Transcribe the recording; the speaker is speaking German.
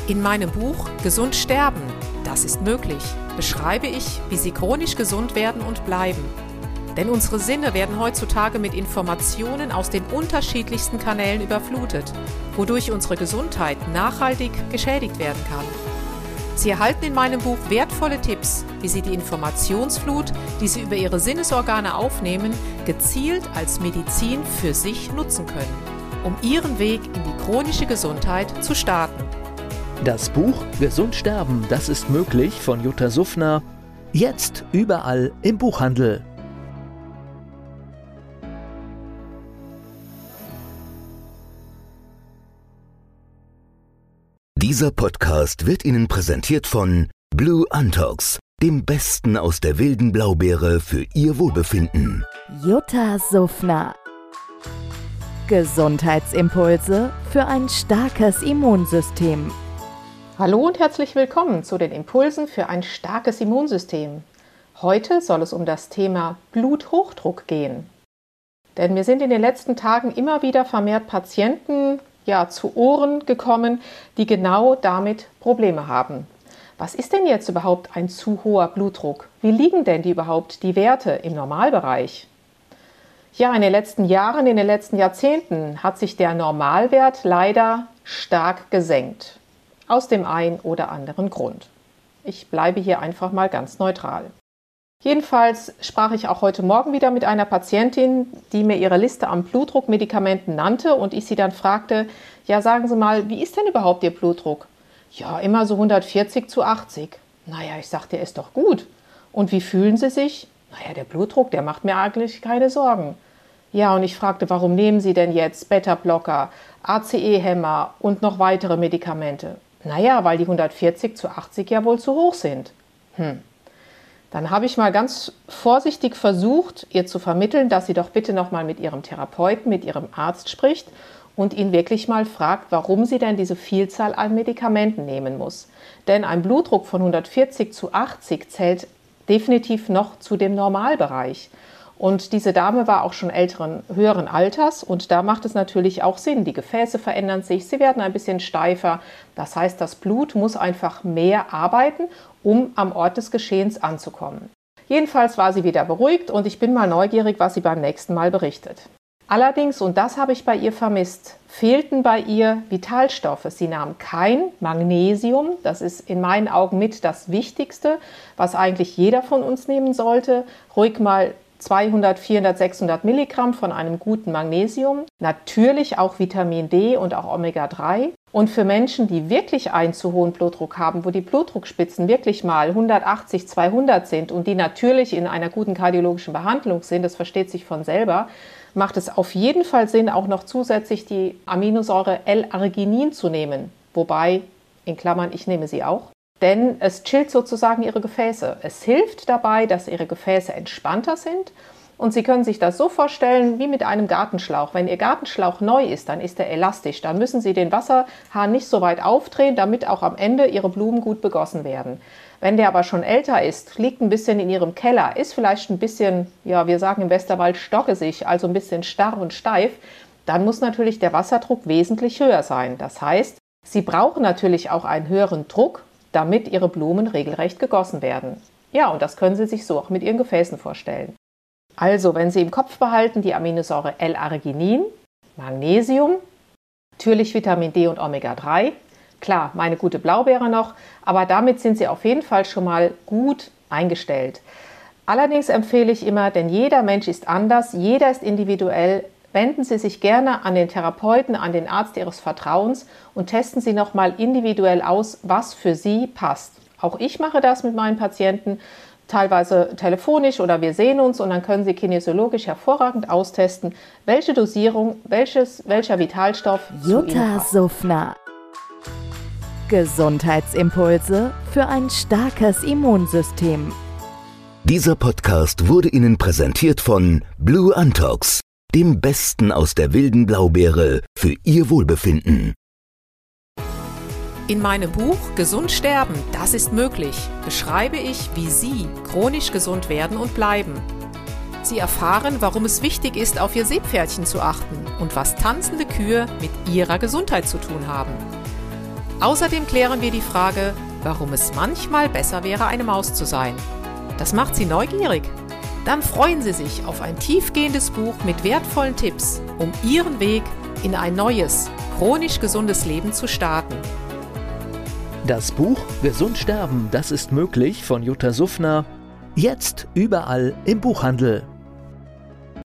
In meinem Buch Gesund sterben, das ist möglich, beschreibe ich, wie Sie chronisch gesund werden und bleiben. Denn unsere Sinne werden heutzutage mit Informationen aus den unterschiedlichsten Kanälen überflutet, wodurch unsere Gesundheit nachhaltig geschädigt werden kann. Sie erhalten in meinem Buch wertvolle Tipps, wie Sie die Informationsflut, die Sie über Ihre Sinnesorgane aufnehmen, gezielt als Medizin für sich nutzen können, um Ihren Weg in die chronische Gesundheit zu starten. Das Buch Gesund sterben, das ist möglich von Jutta Suffner. Jetzt überall im Buchhandel. Dieser Podcast wird Ihnen präsentiert von Blue Antox, dem Besten aus der wilden Blaubeere für Ihr Wohlbefinden. Jutta Suffner. Gesundheitsimpulse für ein starkes Immunsystem. Hallo und herzlich willkommen zu den Impulsen für ein starkes Immunsystem. Heute soll es um das Thema Bluthochdruck gehen. Denn mir sind in den letzten Tagen immer wieder vermehrt Patienten zu Ohren gekommen, die genau damit Probleme haben. Was ist denn jetzt überhaupt ein zu hoher Blutdruck? Wie liegen denn überhaupt die Werte im Normalbereich? Ja, in den letzten Jahren, in den letzten Jahrzehnten hat sich der Normalwert leider stark gesenkt. Aus dem einen oder anderen Grund. Ich bleibe hier einfach mal ganz neutral. Jedenfalls sprach ich auch heute Morgen wieder mit einer Patientin, die mir ihre Liste an Blutdruckmedikamenten nannte und ich sie dann fragte, ja, sagen Sie mal, wie ist denn überhaupt Ihr Blutdruck? Ja, immer so 140/80. Naja, ich sagte, der ist doch gut. Und wie fühlen Sie sich? Naja, der Blutdruck, der macht mir eigentlich keine Sorgen. Ja, und ich fragte, warum nehmen Sie denn jetzt Beta-Blocker, ACE-Hämmer und noch weitere Medikamente? Naja, weil die 140/80 ja wohl zu hoch sind. Dann habe ich mal ganz vorsichtig versucht, ihr zu vermitteln, dass sie doch bitte nochmal mit ihrem Therapeuten, mit ihrem Arzt spricht und ihn wirklich mal fragt, warum sie denn diese Vielzahl an Medikamenten nehmen muss. Denn ein Blutdruck von 140/80 zählt definitiv noch zu dem Normalbereich. Und diese Dame war auch schon höheren Alters und da macht es natürlich auch Sinn. Die Gefäße verändern sich, sie werden ein bisschen steifer. Das heißt, das Blut muss einfach mehr arbeiten, um am Ort des Geschehens anzukommen. Jedenfalls war sie wieder beruhigt und ich bin mal neugierig, was sie beim nächsten Mal berichtet. Allerdings, und das habe ich bei ihr vermisst, fehlten bei ihr Vitalstoffe. Sie nahm kein Magnesium, das ist in meinen Augen mit das Wichtigste, was eigentlich jeder von uns nehmen sollte. Ruhig mal 200, 400, 600 Milligramm von einem guten Magnesium. Natürlich auch Vitamin D und auch Omega-3. Und für Menschen, die wirklich einen zu hohen Blutdruck haben, wo die Blutdruckspitzen wirklich mal 180, 200 sind und die natürlich in einer guten kardiologischen Behandlung sind, das versteht sich von selber, macht es auf jeden Fall Sinn, auch noch zusätzlich die Aminosäure L-Arginin zu nehmen. Wobei, in Klammern, ich nehme sie auch. Denn es chillt sozusagen ihre Gefäße. Es hilft dabei, dass ihre Gefäße entspannter sind. Und Sie können sich das so vorstellen wie mit einem Gartenschlauch. Wenn Ihr Gartenschlauch neu ist, dann ist er elastisch. Dann müssen Sie den Wasserhahn nicht so weit aufdrehen, damit auch am Ende Ihre Blumen gut begossen werden. Wenn der aber schon älter ist, liegt ein bisschen in Ihrem Keller, ist vielleicht ein bisschen, wir sagen im Westerwald stockesig, also ein bisschen starr und steif, dann muss natürlich der Wasserdruck wesentlich höher sein. Das heißt, Sie brauchen natürlich auch einen höheren Druck, damit Ihre Blumen regelrecht gegossen werden. Ja, und das können Sie sich so auch mit Ihren Gefäßen vorstellen. Also, wenn Sie im Kopf behalten, die Aminosäure L-Arginin, Magnesium, natürlich Vitamin D und Omega-3, klar, meine gute Blaubeere noch, aber damit sind Sie auf jeden Fall schon mal gut eingestellt. Allerdings empfehle ich immer, denn jeder Mensch ist anders, jeder ist individuell, wenden Sie sich gerne an den Therapeuten, an den Arzt Ihres Vertrauens und testen Sie nochmal individuell aus, was für Sie passt. Auch ich mache das mit meinen Patienten, teilweise telefonisch oder wir sehen uns und dann können Sie kinesiologisch hervorragend austesten, welche Dosierung, welcher Vitalstoff zu Ihnen Jutta passt. Suffner. Gesundheitsimpulse für ein starkes Immunsystem. Dieser Podcast wurde Ihnen präsentiert von Blue Antox, dem Besten aus der wilden Blaubeere für Ihr Wohlbefinden. In meinem Buch Gesund sterben, das ist möglich, beschreibe ich, wie Sie chronisch gesund werden und bleiben. Sie erfahren, warum es wichtig ist, auf Ihr Seepferdchen zu achten und was tanzende Kühe mit Ihrer Gesundheit zu tun haben. Außerdem klären wir die Frage, warum es manchmal besser wäre, eine Maus zu sein. Das macht Sie neugierig? Dann freuen Sie sich auf ein tiefgehendes Buch mit wertvollen Tipps, um Ihren Weg in ein neues, chronisch gesundes Leben zu starten. Das Buch Gesund sterben, das ist möglich von Jutta Suffner. Jetzt überall im Buchhandel.